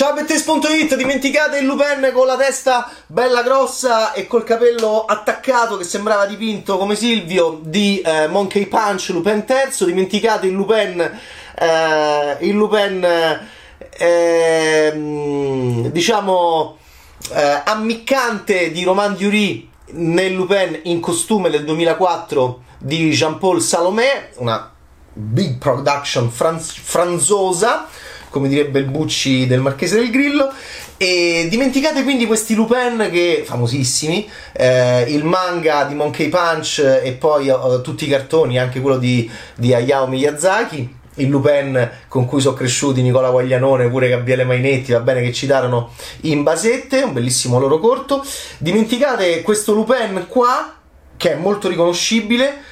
Ciao Bettes.it, dimenticate il Lupin con la testa bella grossa e col capello attaccato che sembrava dipinto come Silvio di Monkey Punch, Lupin III. Dimenticate il Lupin diciamo ammiccante di Romain Duris nel Lupin in costume del 2004 di Jean-Paul Salomé, una big production franzosa, come direbbe il Bucci del Marchese del Grillo. E dimenticate quindi questi Lupin che famosissimi, il manga di Monkey Punch e poi tutti i cartoni, anche quello di Hayao Miyazaki, il Lupin con cui sono cresciuti Nicola Guaglianone, pure Gabriele Mainetti, va bene, che citarono in Basette, un bellissimo loro corto. Dimenticate questo Lupin qua che è molto riconoscibile.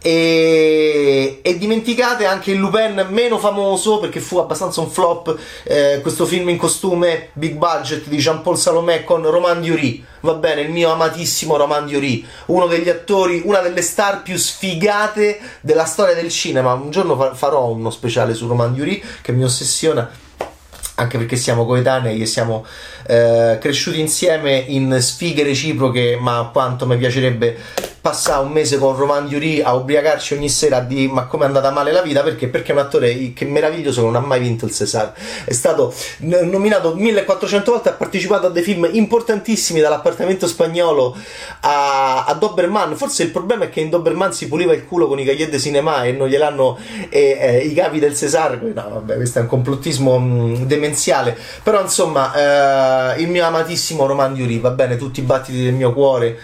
E dimenticate anche il Lupin meno famoso, perché fu abbastanza un flop, questo film in costume big budget di Jean-Paul Salomé con Romain Duris, va bene, il mio amatissimo Romain Duris, uno degli attori, una delle star più sfigate della storia del cinema. Un giorno farò uno speciale su Romain Duris che mi ossessiona, anche perché siamo coetanei e siamo cresciuti insieme in sfighe reciproche, ma quanto mi piacerebbe passare un mese con Romain Duris a ubriacarci ogni sera di ma come è andata male la vita, perché è un attore che meraviglioso, che non ha mai vinto il César, è stato nominato 1400 volte, ha partecipato a dei film importantissimi, dall'Appartamento spagnolo a Doberman. Forse il problema è che in Doberman si puliva il culo con i cahiers de cinema e non gliel'hanno i capi del César. No vabbè, questo è un complottismo demenziale, però insomma il mio amatissimo Romain Duris, va bene, tutti i battiti del mio cuore,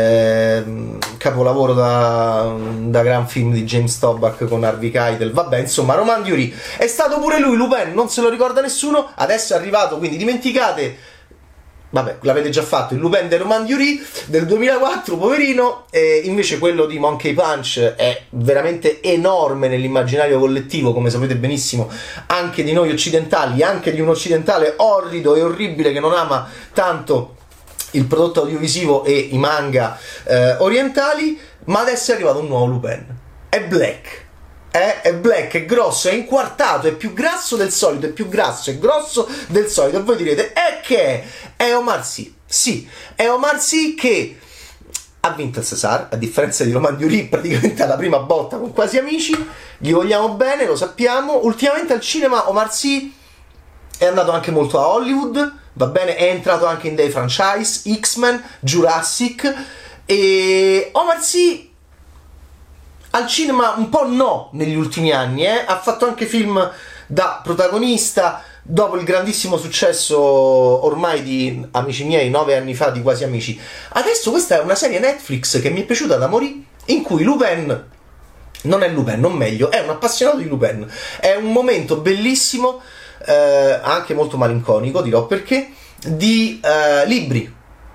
capolavoro da gran film di James Toback con Harvey Keitel, vabbè, insomma Romain Duris è stato pure lui Lupin, non se lo ricorda nessuno, adesso è arrivato, quindi dimenticate, vabbè, l'avete già fatto, il Lupin di Romain Duris del 2004, poverino, e invece quello di Monkey Punch è veramente enorme nell'immaginario collettivo, come sapete benissimo, anche di noi occidentali, anche di un occidentale orrido e orribile che non ama tanto il prodotto audiovisivo e i manga orientali. Ma adesso è arrivato un nuovo Lupin, è black, è black, è grosso, è inquartato, è più grasso del solito, è più grasso e grosso del solito, e voi direte che è Omar Sy. Sì, è Omar Sy che ha vinto il César, a differenza di Romain Duris praticamente alla prima botta con Quasi Amici, gli vogliamo bene, lo sappiamo. Ultimamente al cinema Omar Sy è andato anche molto a Hollywood, va bene, è entrato anche in dei franchise, X-Men, Jurassic, e Omar Sy al cinema un po' no negli ultimi anni, ha fatto anche film da protagonista dopo il grandissimo successo ormai di Amici miei 9 anni fa di Quasi Amici. Adesso questa è una serie Netflix che mi è piaciuta da morì, in cui Lupin non è Lupin, non meglio, è un appassionato di Lupin, è un momento bellissimo, anche molto malinconico, dirò perché, di libri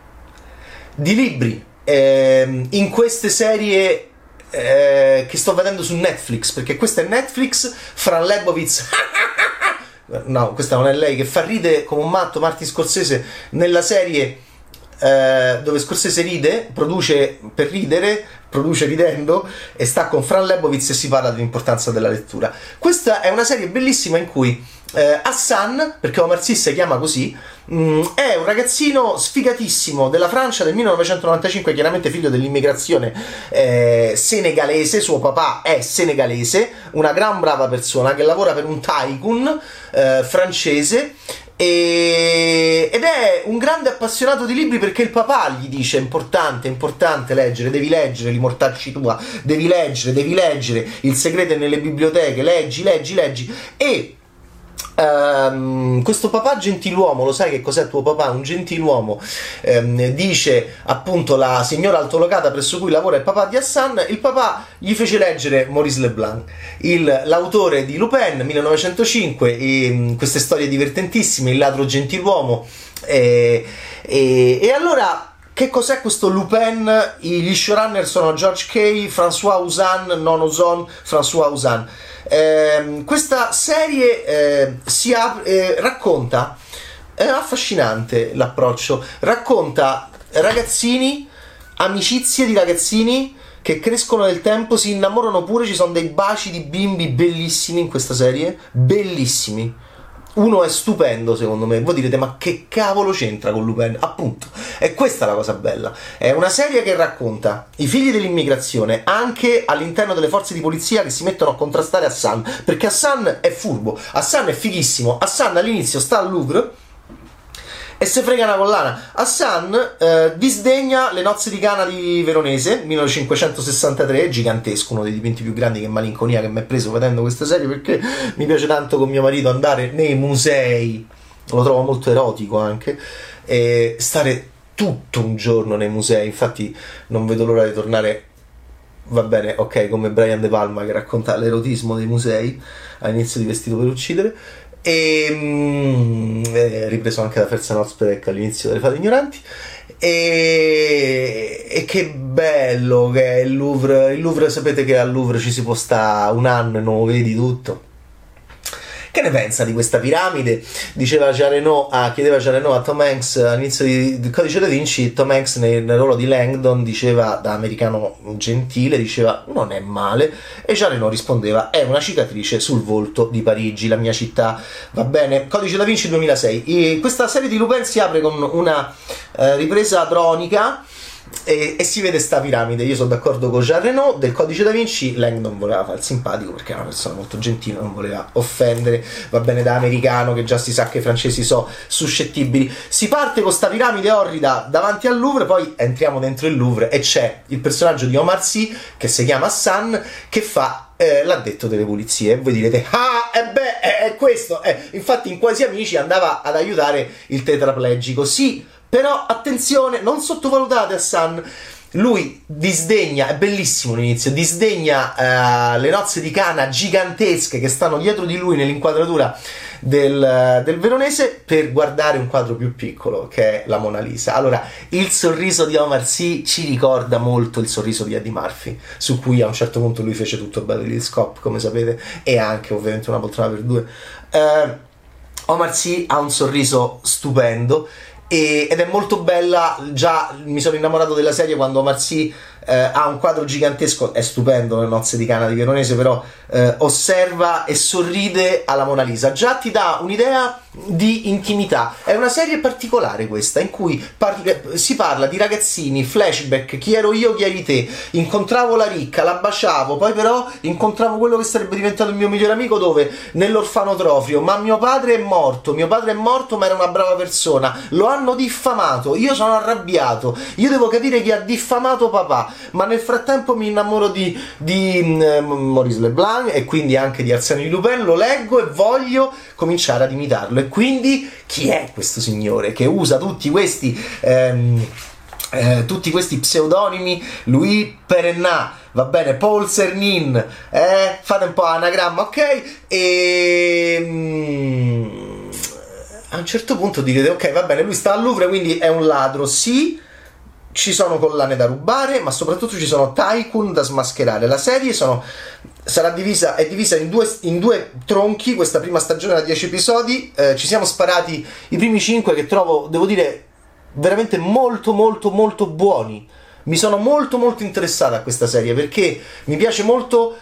in queste serie che sto vedendo su Netflix, perché questa è Netflix. Fran Lebowitz no, questa non è lei, che fa ridere come un matto Martin Scorsese nella serie dove Scorsese ride, produce per ridere, produce ridendo, e sta con Fran Lebowitz e si parla dell'importanza della lettura. Questa è una serie bellissima in cui Hassan, perché Omar Sy si chiama così, è un ragazzino sfigatissimo della Francia del 1995, chiaramente figlio dell'immigrazione senegalese, suo papà è senegalese, una gran brava persona che lavora per un tycoon francese, ed è un grande appassionato di libri, perché il papà gli dice: è importante leggere, devi leggere Li mortacci tua, devi leggere Il segreto è nelle biblioteche, leggi. E questo papà gentiluomo, lo sai che cos'è tuo papà? Un gentiluomo, dice appunto la signora altolocata presso cui lavora il papà di Hassan. Il papà gli fece leggere Maurice Leblanc, l'autore di Lupin 1905, queste storie divertentissime, il ladro gentiluomo, e allora che cos'è questo Lupin? Gli showrunner sono George Kay, François Ozon, non Ozon, François Ozon. Questa serie racconta, è affascinante l'approccio, racconta ragazzini, amicizie di ragazzini che crescono nel tempo, si innamorano pure, ci sono dei baci di bimbi bellissimi in questa serie, bellissimi, uno è stupendo secondo me. Voi direte ma che cavolo c'entra con Lupin? Appunto, è questa la cosa bella, è una serie che racconta i figli dell'immigrazione anche all'interno delle forze di polizia che si mettono a contrastare Hassan, perché Hassan è furbo, Hassan è fighissimo, Hassan all'inizio sta al Louvre e se frega una collana. Hassan disdegna Le nozze di Cana di Veronese 1563, gigantesco, uno dei dipinti più grandi. Che malinconia che mi è preso vedendo questa serie, perché mi piace tanto con mio marito andare nei musei, lo trovo molto erotico anche, e stare tutto un giorno nei musei. Infatti non vedo l'ora di tornare, va bene, ok, come Brian De Palma che racconta l'erotismo dei musei all'inizio di Vestito per uccidere, e ripreso anche da Ferzan Özpetek all'inizio delle Fate ignoranti, e che bello che è il Louvre. Il Louvre, sapete che al Louvre ci si può stare un anno e non lo vedi tutto. Che ne pensa di questa piramide? Chiedeva Jean Reno a Tom Hanks all'inizio di Codice da Vinci. Tom Hanks nel ruolo di Langdon diceva, da americano gentile, diceva non è male, e Jean Reno rispondeva è una cicatrice sul volto di Parigi, la mia città. Va bene, Codice da Vinci 2006. Questa serie di Lupin si apre con una ripresa dronica e si vede sta piramide. Io sono d'accordo con Jean Reno del Codice da Vinci. Langdon voleva fare il simpatico perché è una persona molto gentile, non voleva offendere, va bene, da americano, che già si sa che i francesi sono suscettibili. Si parte con sta piramide orrida davanti al Louvre, poi entriamo dentro il Louvre e c'è il personaggio di Omar Sy che si chiama Hassan, che fa l'addetto delle pulizie. E voi direte è questo, infatti in Quasi Amici andava ad aiutare il tetraplegico. Sì, però attenzione, non sottovalutate Hassan. Lui disdegna, è bellissimo l'inizio, disdegna Le nozze di Cana gigantesche che stanno dietro di lui nell'inquadratura del Veronese per guardare un quadro più piccolo che è la Mona Lisa. Allora, il sorriso di Omar Sy ci ricorda molto il sorriso di Eddie Murphy, su cui a un certo punto lui fece tutto Beverly Hills Cop, come sapete, e anche ovviamente Una poltrona per due. Omar Sy ha un sorriso stupendo ed è molto bella. Già mi sono innamorato della serie quando Omar Sy ha un quadro gigantesco, è stupendo Le nozze di Cana di Veronese, però osserva e sorride alla Mona Lisa. Già ti dà un'idea di intimità. È una serie particolare questa, in cui si parla di ragazzini, flashback, chi ero io, chi eri te, incontravo la ricca, la baciavo, poi però incontravo quello che sarebbe diventato il mio migliore amico, dove? Nell'orfanotrofio. Ma mio padre è morto ma era una brava persona, lo hanno diffamato, io sono arrabbiato, io devo capire chi ha diffamato papà, ma nel frattempo mi innamoro di Maurice Leblanc e quindi anche di Arsène Lupin, lo leggo e voglio cominciare ad imitarlo. E quindi chi è questo signore che usa tutti questi pseudonimi? Louis Perrenat, va bene, Paul Cernin, fate un po' anagramma, ok? E a un certo punto direte ok, va bene, lui sta al Louvre, quindi è un ladro. Sì, ci sono collane da rubare, ma soprattutto ci sono tycoon da smascherare. La serie è divisa in due tronchi. Questa prima stagione da 10 episodi, ci siamo sparati i primi 5 che trovo, devo dire, veramente molto molto molto buoni. Mi sono molto molto interessato a questa serie perché mi piace molto.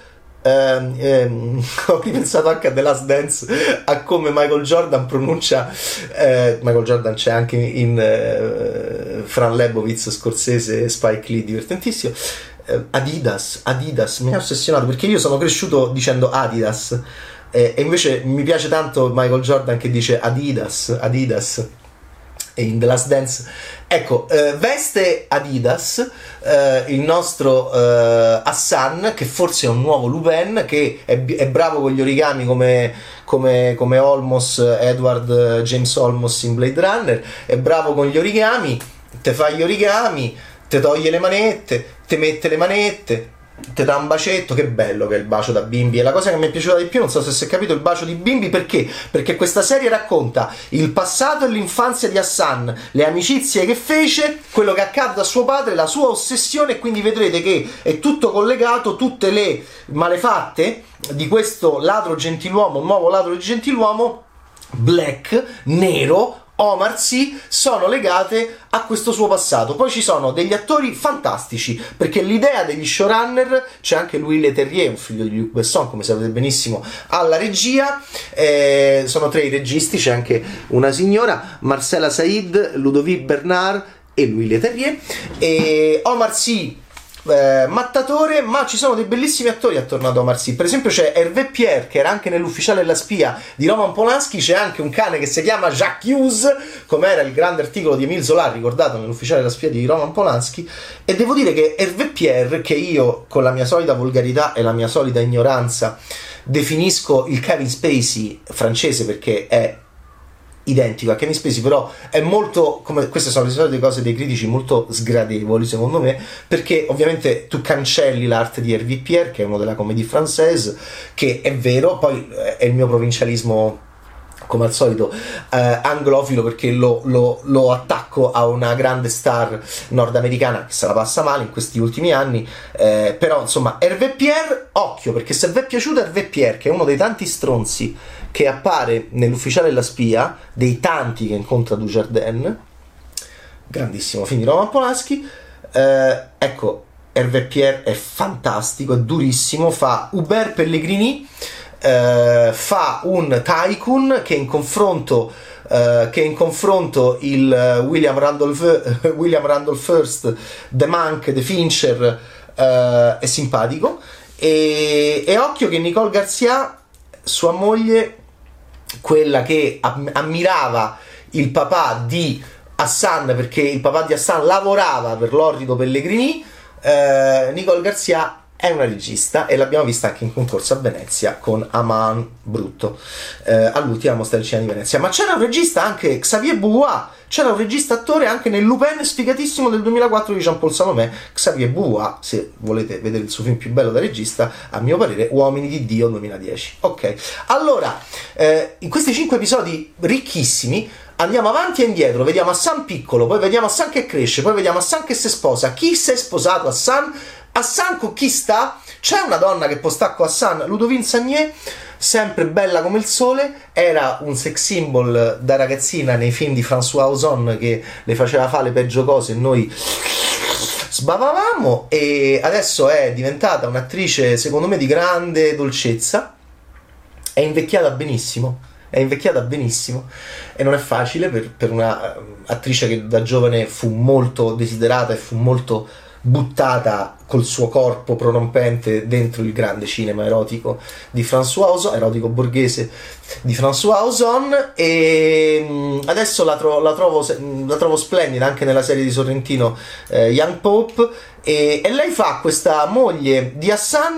Ho ripensato anche a The Last Dance, a come Michael Jordan pronuncia Michael Jordan c'è anche in Fran Lebowitz, Scorsese, Spike Lee, divertentissimo. Adidas, mi ha ossessionato perché io sono cresciuto dicendo Adidas, e invece mi piace tanto Michael Jordan che dice Adidas. E in The Last Dance, ecco, veste Adidas il nostro Hassan, che forse è un nuovo Lupin, che è bravo con gli origami come Olmos, Edward James Olmos in Blade Runner. È bravo con gli origami, te fa gli origami, te toglie le manette, te mette le manette, te dà un bacetto. Che bello che è il bacio da bimbi. E la cosa che mi è piaciuta di più, non so se si è capito, il bacio di bimbi, perché questa serie racconta il passato e l'infanzia di Hassan, le amicizie che fece, quello che accadde a suo padre, la sua ossessione, e quindi vedrete che è tutto collegato, tutte le malefatte di questo ladro gentiluomo, nuovo ladro gentiluomo, black, nero, Omar Sy sono legate a questo suo passato. Poi ci sono degli attori fantastici, perché l'idea degli showrunner, c'è anche Louis Leterrier, un figlio di Luc Besson, come sapete benissimo, alla regia, sono 3 i registi, c'è anche una signora, Marcela Said, Ludovic Bernard e Louis Leterrier, e Omar Sy mattatore, ma ci sono dei bellissimi attori attorno ad Omar Sy. Per esempio c'è Hervé Pierre, che era anche nell'Ufficiale e la spia di Roman Polanski. C'è anche un cane che si chiama Jacques Hughes, come era il grande articolo di Émile Zola ricordato nell'Ufficiale e la spia di Roman Polanski. E devo dire che Hervé Pierre, che io con la mia solita volgarità e la mia solita ignoranza definisco il Kevin Spacey francese, perché è identico a Kevin Spacey, però è molto, come queste sono le solite cose dei critici, molto sgradevoli secondo me, perché ovviamente tu cancelli l'arte di Hervé Pierre, che è uno della comédie française, che è vero, poi è il mio provincialismo come al solito anglofilo, perché lo attacco a una grande star nordamericana che se la passa male in questi ultimi anni, però insomma Hervé Pierre, occhio, perché se vi è piaciuto Hervé Pierre, che è uno dei tanti stronzi che appare nell'Ufficiale e la spia, dei tanti che incontra Dujardin, grandissimo film di Roman Polanski, ecco, Hervé Pierre è fantastico, è durissimo, fa Hubert Pellegrini, fa un tycoon che in confronto il William Randolph Hearst, The Monk, The Fincher, è simpatico, e occhio che Nicole Garcia, sua moglie, quella che ammirava il papà di Hassan, perché il papà di Hassan lavorava per l'orrido Pellegrini, Nicole Garcia è una regista e l'abbiamo vista anche in concorso a Venezia con Aman Brutto, all'ultima mostra del cinema di Venezia. Ma c'era un regista anche, Xavier Beauvois, c'era un regista attore anche nel Lupin sfigatissimo del 2004 di Jean-Paul Salomé, Xavier Beauvois, se volete vedere il suo film più bello da regista, a mio parere, Uomini di Dio 2010. Ok, allora, in questi 5 episodi ricchissimi andiamo avanti e indietro, vediamo Hassan piccolo, poi vediamo Hassan che cresce, poi vediamo Hassan che si sposa, chi si è sposato Hassan con chi sta? C'è una donna che può stare con Hassan, Ludovine Sagné, sempre bella come il sole, era un sex symbol da ragazzina nei film di François Ozon, che le faceva fare le peggio cose e noi sbavavamo, e adesso è diventata un'attrice secondo me di grande dolcezza, è invecchiata benissimo e non è facile per una attrice che da giovane fu molto desiderata e fu molto buttata col suo corpo prorompente dentro il grande cinema erotico di François Ozon, erotico borghese di François Ozon, e adesso la trovo splendida anche nella serie di Sorrentino, Young Pope, e lei fa questa moglie di Hassan,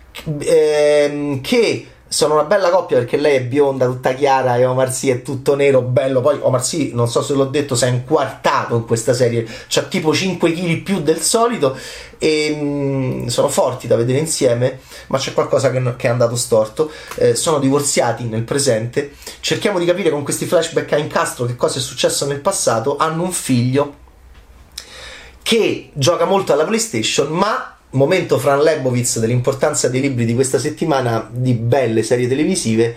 che sono una bella coppia, perché lei è bionda, tutta chiara, e Omar Sy è tutto nero, bello. Poi Omar Sy, non so se l'ho detto, si è inquartato in questa serie, c'ha tipo 5 kg più del solito, e sono forti da vedere insieme, ma c'è qualcosa che è andato storto. Sono divorziati nel presente, cerchiamo di capire con questi flashback a incastro che cosa è successo nel passato. Hanno un figlio che gioca molto alla PlayStation, ma momento Fran Lebowitz dell'importanza dei libri di questa settimana di belle serie televisive,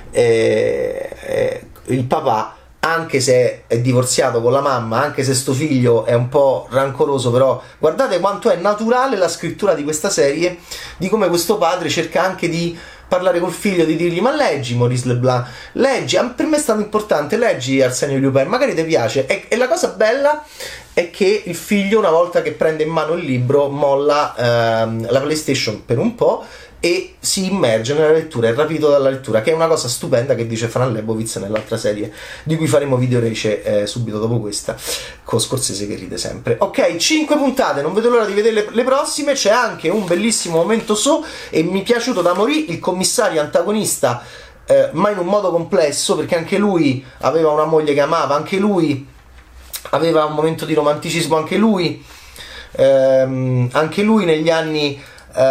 il papà, anche se è divorziato con la mamma, anche se sto figlio è un po' rancoroso, però guardate quanto è naturale la scrittura di questa serie, di come questo padre cerca anche di parlare col figlio, di dirgli: ma leggi Maurice Leblanc, leggi, per me è stato importante, leggi Arsenio Lupin, magari ti piace. E la cosa bella è che il figlio, una volta che prende in mano il libro, molla la PlayStation per un po' e si immerge nella lettura, è rapito dalla lettura, che è una cosa stupenda che dice Fran Lebowitz nell'altra serie di cui faremo video rece subito dopo questa, con Scorsese che ride sempre. Ok, 5 puntate, non vedo l'ora di vedere le prossime. C'è anche un bellissimo momento e mi è piaciuto da morì il commissario antagonista, ma in un modo complesso, perché anche lui aveva una moglie che amava, anche lui aveva un momento di romanticismo, anche lui negli anni,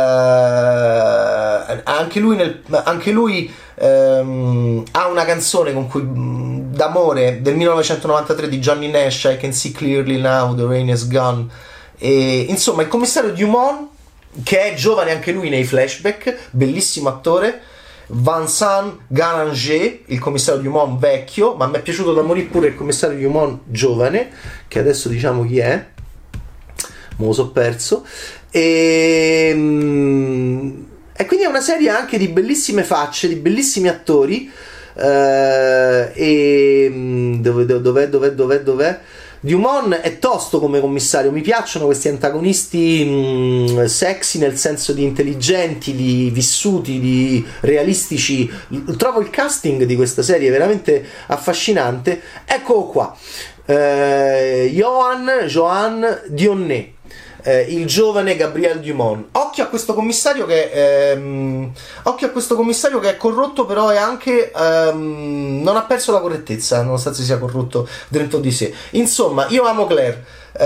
anche lui ha una canzone con cui, d'amore, del 1993 di Johnny Nash, I Can See Clearly Now, The Rain Is Gone. E insomma il commissario Dumont, che è giovane anche lui nei flashback, bellissimo attore, Vincent Garanger, il commissario Dumont vecchio, ma mi è piaciuto da morire pure il commissario Dumont giovane, che adesso diciamo chi è, me lo so perso, e quindi è una serie anche di bellissime facce, di bellissimi attori, dov'è? Dumont è tosto come commissario, mi piacciono questi antagonisti sexy, nel senso di intelligenti, di vissuti, di realistici. Trovo il casting di questa serie veramente affascinante. Eccolo qua, Joan Dionnet, il giovane Gabriel Dumont. Occhio a questo commissario che è corrotto, però è anche non ha perso la correttezza nonostante sia corrotto dentro di sé. Insomma, io amo Claire.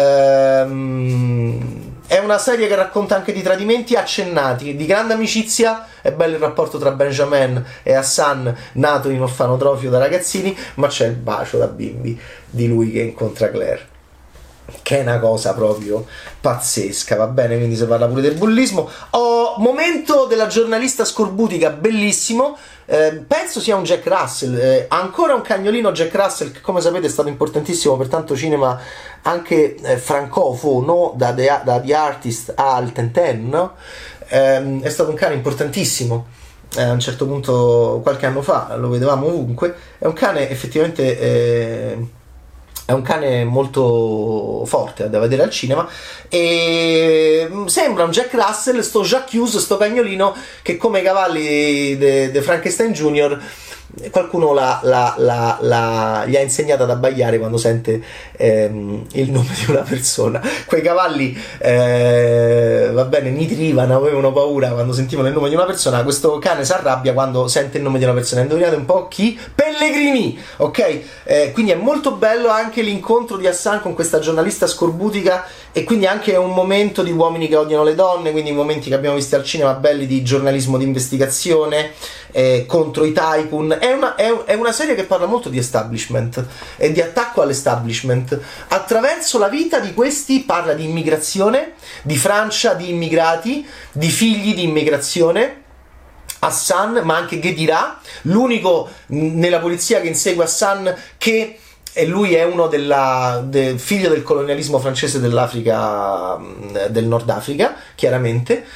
È una serie che racconta anche di tradimenti accennati, di grande amicizia. È bello il rapporto tra Benjamin e Hassan, nato in orfanotrofio da ragazzini, ma c'è il bacio da bimbi di lui che incontra Claire, che è una cosa proprio pazzesca, va bene? Quindi si parla pure del bullismo. Momento della giornalista scorbutica, bellissimo. Penso sia un Jack Russell, ancora un cagnolino Jack Russell, che come sapete è stato importantissimo per tanto cinema anche francofono, da The Artist al Tintin, no? È stato un cane importantissimo. A un certo punto, qualche anno fa, lo vedevamo ovunque. È un cane effettivamente è un cane molto forte da vedere al cinema, e sembra un Jack Russell, sto Jacques Hughes, sto cagnolino che, come i cavalli di Frankenstein Junior, qualcuno gli ha insegnato ad abbaiare quando sente il nome di una persona. Quei cavalli va bene, nitrivano, avevano paura quando sentivano il nome di una persona. Questo cane si arrabbia quando sente il nome di una persona. Indovinate un po' chi? Pellegrini, ok? Quindi è molto bello anche l'incontro di Hassan con questa giornalista scorbutica, e quindi anche un momento di uomini che odiano le donne, quindi i momenti che abbiamo visto al cinema belli di giornalismo di investigazione contro i tycoon. È una serie che parla molto di establishment e di attacco all'establishment attraverso la vita di questi. Parla di immigrazione, di Francia, di immigrati, di figli di immigrazione. Hassan, ma anche Ghedira, l'unico nella polizia che insegue Hassan, che e lui è uno figlio del colonialismo francese dell'Africa, del Nord Africa, chiaramente.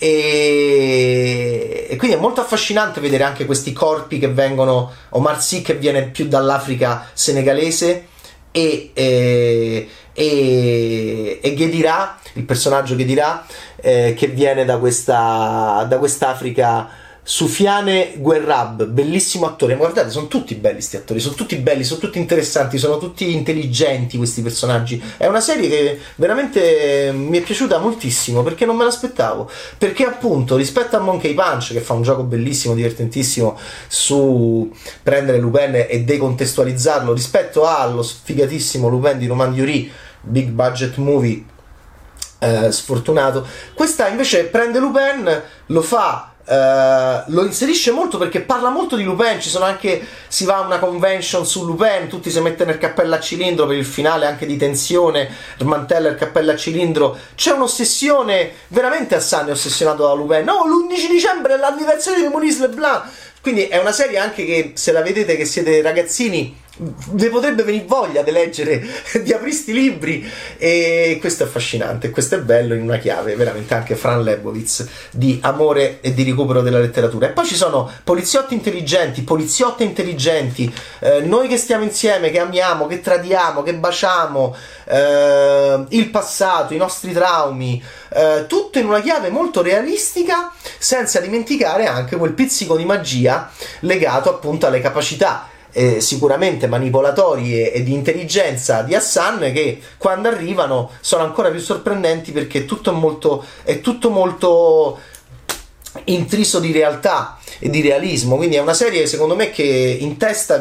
E quindi è molto affascinante vedere anche questi corpi che vengono. Omar Sy, che viene più dall'Africa senegalese, e Ghedira, il personaggio Ghedira, che viene da quest'Africa. Soufiane Guerrab, bellissimo attore. Ma guardate, sono tutti belli sti attori, sono tutti belli, sono tutti interessanti, sono tutti intelligenti questi personaggi. È una serie che veramente mi è piaciuta moltissimo, perché non me l'aspettavo, perché appunto rispetto a Monkey Punch, che fa un gioco bellissimo, divertentissimo su prendere Lupin e decontestualizzarlo, rispetto allo sfigatissimo Lupin di Romain Duris, big budget movie sfortunato, questa invece prende Lupin, lo fa, lo inserisce molto, perché parla molto di Lupin. Si va a una convention su Lupin, tutti si mettono il cappello a cilindro per il finale anche di tensione, smantella il cappello a cilindro, c'è un'ossessione, veramente Hassan è ossessionato da Lupin. No, l'11 dicembre è l'anniversario di Maurice Leblanc. Quindi è una serie anche che, se la vedete che siete ragazzini, vi potrebbe venire voglia di leggere, di aprire sti libri, e questo è affascinante, questo è bello in una chiave veramente anche Fran Lebowitz di amore e di recupero della letteratura. E poi ci sono poliziotti intelligenti, poliziotte intelligenti, noi che stiamo insieme, che amiamo, che tradiamo, che baciamo, il passato, i nostri traumi, tutto in una chiave molto realistica, senza dimenticare anche quel pizzico di magia legato appunto alle capacità sicuramente manipolatorie e di intelligenza di Hassan, che quando arrivano sono ancora più sorprendenti, perché è tutto molto intriso di realtà e di realismo. Quindi è una serie, secondo me, che in testa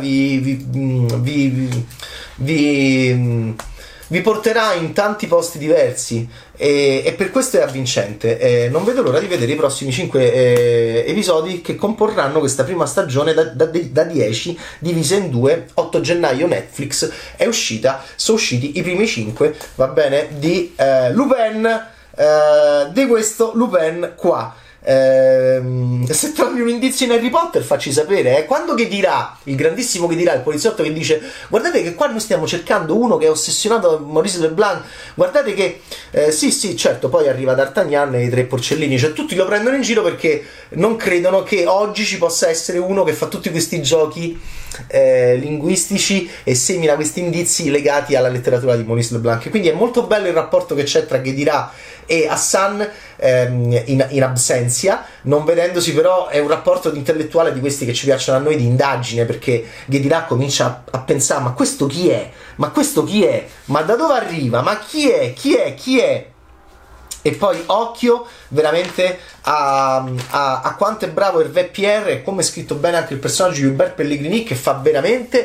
vi porterà in tanti posti diversi, e per questo è avvincente. Non vedo l'ora di vedere i prossimi 5 episodi che comporranno questa prima stagione da 10 divisa in 2. 8 gennaio Netflix sono usciti i primi 5, va bene, di Lupin, di questo Lupin qua. se trovi un indizio in Harry Potter facci sapere, quando che dirà il grandissimo, che dirà il poliziotto, che dice guardate che qua noi stiamo cercando uno che è ossessionato da Maurice Leblanc, guardate che sì certo, poi arriva D'Artagnan e i tre porcellini, cioè tutti lo prendono in giro perché non credono che oggi ci possa essere uno che fa tutti questi giochi linguistici e semina questi indizi legati alla letteratura di Maurice Leblanc. Quindi è molto bello il rapporto che c'è tra Ghedira e Hassan in absentia, non vedendosi, però è un rapporto di intellettuale di questi che ci piacciono a noi, di indagine, perché Ghedira comincia a pensare ma questo chi è? Ma questo chi è? Ma da dove arriva? Ma chi è? Chi è? Chi è? E poi occhio veramente a quanto è bravo Hervé Pierre e come è scritto bene anche il personaggio di Hubert Pellegrini, che fa veramente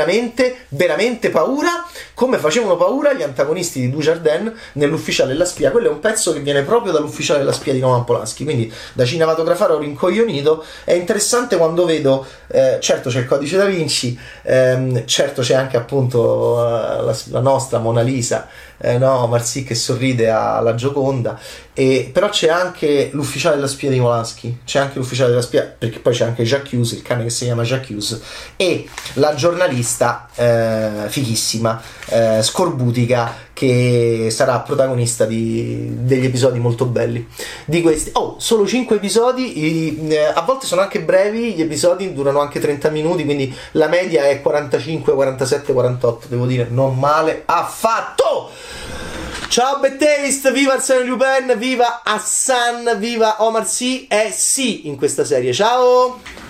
paura, come facevano paura gli antagonisti di Dujardin nell'Ufficiale e la spia. Quello è un pezzo che viene proprio dall'Ufficiale e la spia di Roman Polanski, quindi da cinematografare ero rincoglionito. È interessante quando vedo certo c'è il Codice da Vinci, certo c'è anche appunto la nostra Mona Lisa, no, Marzi che sorride alla Gioconda, però c'è anche l'Ufficiale della spia di Polanski, c'è anche l'Ufficiale della spia, perché poi c'è anche J'accuse, il cane che si chiama J'accuse, e la giornalista fighissima, scorbutica, che sarà protagonista degli episodi molto belli di questi. Solo 5 episodi, a volte sono anche brevi, gli episodi durano anche 30 minuti, quindi la media è 45, 47, 48, devo dire, non male affatto. Ciao Bad Taste, viva Arsène Lupin, viva Hassan, viva Omar Sy, sì in questa serie, ciao!